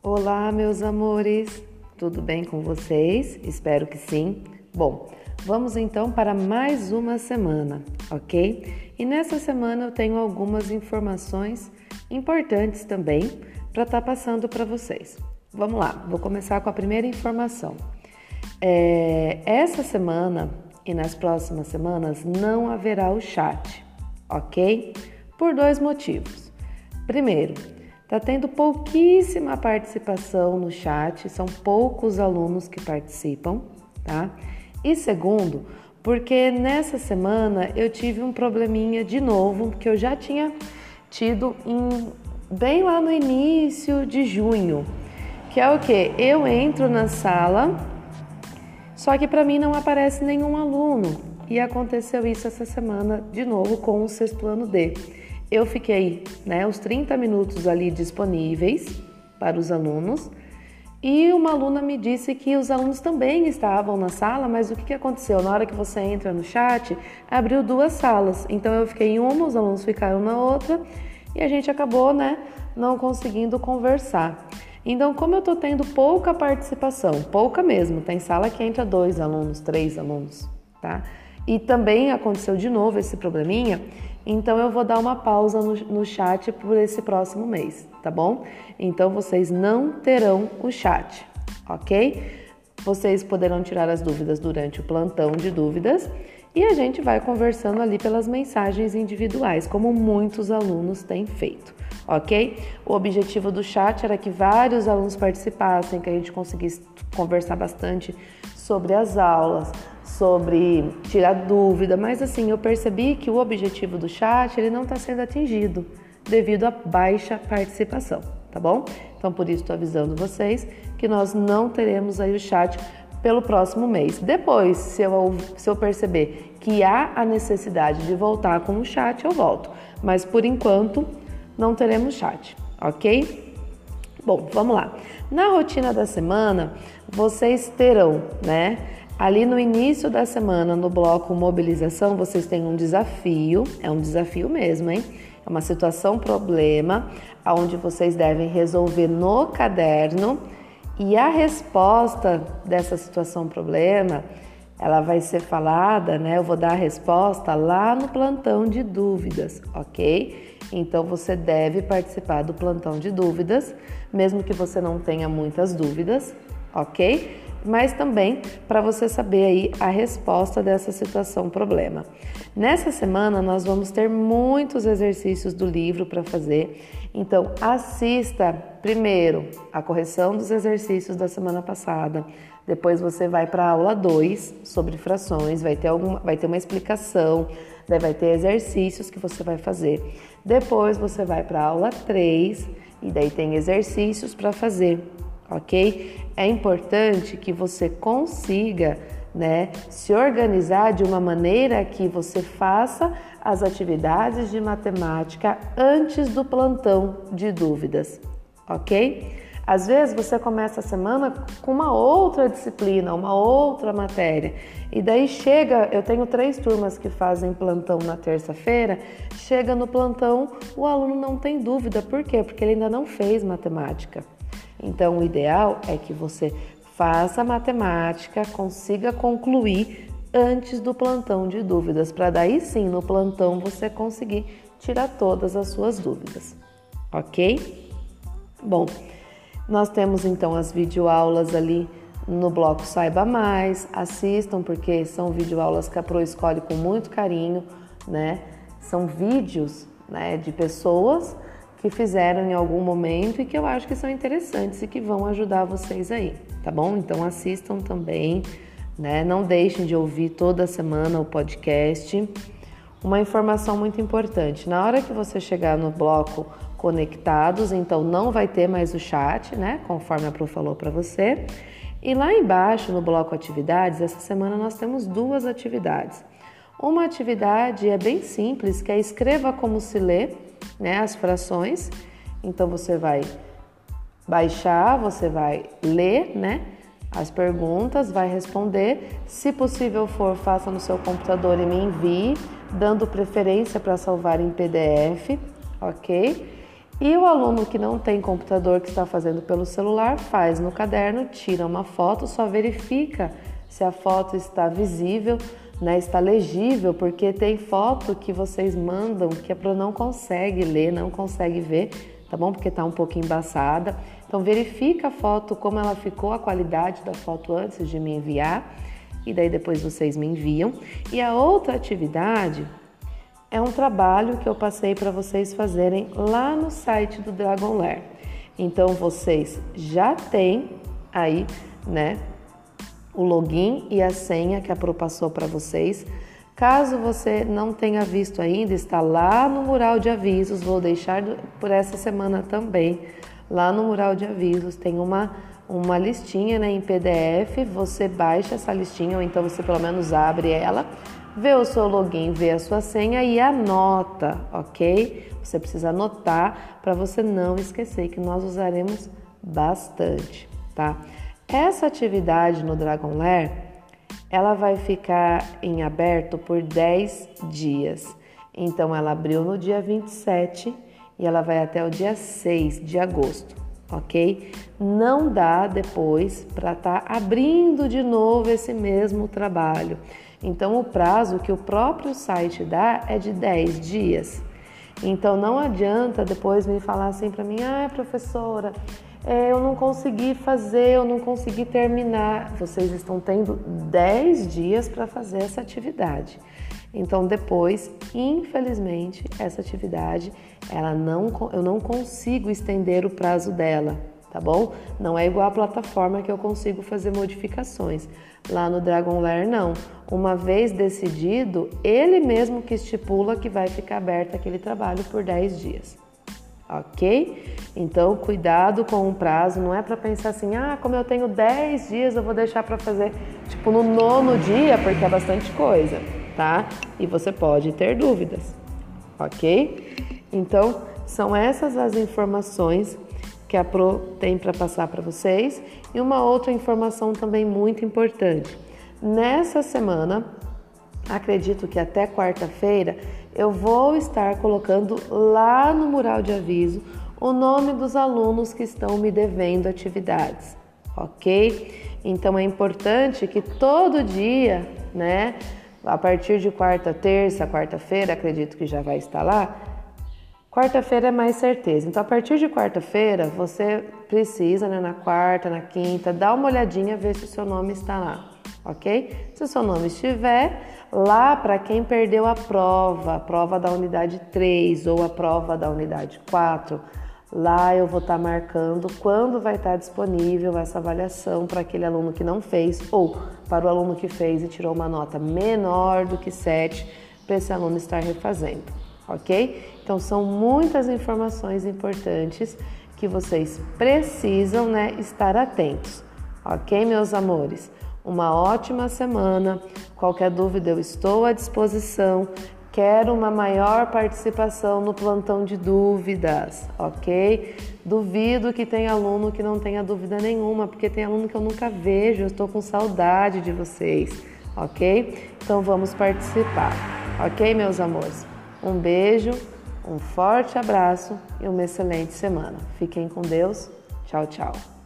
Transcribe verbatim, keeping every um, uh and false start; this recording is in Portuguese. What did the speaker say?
Olá, meus amores, tudo bem com vocês? Espero que sim. Bom, vamos então para mais uma semana, ok? E nessa semana eu tenho algumas informações importantes também para estar passando para vocês. Vamos lá, vou começar com a primeira informação. É, essa semana e nas próximas semanas não haverá o chat, ok? Por dois motivos. Primeiro, está tendo pouquíssima participação no chat, são poucos alunos que participam, tá? E segundo, porque nessa semana eu tive um probleminha de novo, que eu já tinha tido em, bem lá no início de junho, que é o quê? Eu entro na sala, só que para mim não aparece nenhum aluno, e aconteceu isso essa semana de novo com o sexto ano D. Eu fiquei, né, os trinta minutos ali disponíveis para os alunos e uma aluna me disse que os alunos também estavam na sala, mas o que, que aconteceu? Na hora que você entra no chat, abriu duas salas. Então eu fiquei em uma, os alunos ficaram na outra e a gente acabou, né, não conseguindo conversar. Então, como eu tô tendo pouca participação, pouca mesmo, tem sala que entra dois alunos, três alunos, tá? E também aconteceu de novo esse probleminha. Então eu vou dar uma pausa no, no chat por esse próximo mês, tá bom? Então vocês não terão o chat, ok? Vocês poderão tirar as dúvidas durante o plantão de dúvidas e a gente vai conversando ali pelas mensagens individuais, como muitos alunos têm feito, ok? O objetivo do chat era que vários alunos participassem, que a gente conseguisse conversar bastante sobre as aulas, sobre tirar dúvida, mas assim, eu percebi que o objetivo do chat ele não está sendo atingido devido à baixa participação, tá bom? Então, por isso estou avisando vocês que nós não teremos aí o chat pelo próximo mês. Depois, se eu, se eu perceber que há a necessidade de voltar com o chat, eu volto, mas por enquanto não teremos chat, ok? Bom, vamos lá. Na rotina da semana, vocês terão, né? Ali no início da semana, no bloco mobilização, vocês têm um desafio, é um desafio mesmo, hein? É uma situação problema, onde vocês devem resolver no caderno e a resposta dessa situação problema, ela vai ser falada, né? Eu vou dar a resposta lá no plantão de dúvidas, ok? Então você deve participar do plantão de dúvidas, mesmo que você não tenha muitas dúvidas, ok? Mas também para você saber aí a resposta dessa situação problema. Nessa semana nós vamos ter muitos exercícios do livro para fazer, então assista primeiro a correção dos exercícios da semana passada, depois você vai para a aula dois sobre frações, vai ter, alguma, vai ter uma explicação, daí vai ter exercícios que você vai fazer, depois você vai para a aula três e daí tem exercícios para fazer. Ok? É importante que você consiga, né, se organizar de uma maneira que você faça as atividades de matemática antes do plantão de dúvidas, ok? Às vezes você começa a semana com uma outra disciplina, uma outra matéria, e daí chega, eu tenho três turmas que fazem plantão na terça-feira, chega no plantão, o aluno não tem dúvida, por quê? Porque ele ainda não fez matemática. Então, o ideal é que você faça matemática, consiga concluir antes do plantão de dúvidas, para daí sim, no plantão, você conseguir tirar todas as suas dúvidas, ok? Bom, nós temos então as videoaulas ali no bloco Saiba Mais, assistam porque são videoaulas que a Pro escolhe com muito carinho, né? São vídeos, né, de pessoas que fizeram em algum momento e que eu acho que são interessantes e que vão ajudar vocês aí, tá bom? Então assistam também, né? Não deixem de ouvir toda semana o podcast. Uma informação muito importante, na hora que você chegar no bloco conectados, então não vai ter mais o chat, né? Conforme a Pro falou para você. E lá embaixo no bloco atividades, essa semana nós temos duas atividades. Uma atividade é bem simples, que é escreva como se lê, né, as frações. Então você vai baixar, você vai ler, né, as perguntas, vai responder. Se possível for, faça no seu computador e me envie, dando preferência para salvar em P D F, ok? E o aluno que não tem computador, que está fazendo pelo celular, faz no caderno, tira uma foto, só verifica se a foto está visível, né, está legível, porque tem foto que vocês mandam que a Pro não consegue ler, não consegue ver, tá bom? Porque está um pouco embaçada. Então verifica a foto, como ela ficou, a qualidade da foto antes de me enviar, e daí depois vocês me enviam. E a outra atividade é um trabalho que eu passei para vocês fazerem lá no site do Dragon Lair. Então vocês já têm aí, né, o login e a senha que a Pro passou para vocês. Caso você não tenha visto ainda, está lá no mural de avisos, vou deixar por essa semana também. Lá no mural de avisos tem uma, uma listinha, né, em P D F, você baixa essa listinha, ou então você pelo menos abre ela, vê o seu login, vê a sua senha e anota, ok? Você precisa anotar para você não esquecer, que nós usaremos bastante, tá? Essa atividade no Dragon Lair, ela vai ficar em aberto por dez dias. Então, ela abriu no dia vinte e sete e ela vai até o dia seis de agosto, ok? Não dá depois para estar tá abrindo de novo esse mesmo trabalho. Então, o prazo que o próprio site dá é de dez dias. Então, não adianta depois me falar assim para mim, ah, professora, é, eu não consegui fazer, eu não consegui terminar. Vocês estão tendo dez dias para fazer essa atividade. Então, depois, infelizmente, essa atividade, ela não, eu não consigo estender o prazo dela, tá bom? Não é igual a plataforma que eu consigo fazer modificações. Lá no Dragon Lair, não. Uma vez decidido, ele mesmo que estipula que vai ficar aberto aquele trabalho por dez dias. Ok? Então, cuidado com o prazo. Não é para pensar assim, ah, como eu tenho dez dias, eu vou deixar para fazer, tipo, no nono dia, porque é bastante coisa, tá? E você pode ter dúvidas, ok? Então, são essas as informações que a Pro tem para passar para vocês. E uma outra informação também muito importante. Nessa semana, acredito que até quarta-feira, eu vou estar colocando lá no mural de aviso o nome dos alunos que estão me devendo atividades, ok? Então é importante que todo dia, né, a partir de quarta, terça, quarta-feira, acredito que já vai estar lá. Quarta-feira é mais certeza. Então, a partir de quarta-feira, você precisa, né, na quarta, na quinta, dar uma olhadinha, ver se o seu nome está lá, ok? Se o seu nome estiver lá, para quem perdeu a prova, a prova da unidade três ou a prova da unidade quatro, lá eu vou estar marcando quando vai estar disponível essa avaliação para aquele aluno que não fez ou para o aluno que fez e tirou uma nota menor do que sete, para esse aluno estar refazendo, ok? Então, são muitas informações importantes que vocês precisam, né, estar atentos, ok, meus amores? Uma ótima semana. Qualquer dúvida, eu estou à disposição. Quero uma maior participação no plantão de dúvidas, ok? Duvido que tenha aluno que não tenha dúvida nenhuma, porque tem aluno que eu nunca vejo, eu estou com saudade de vocês, ok? Então, vamos participar, ok, meus amores? Um beijo, um forte abraço e uma excelente semana. Fiquem com Deus. Tchau, tchau.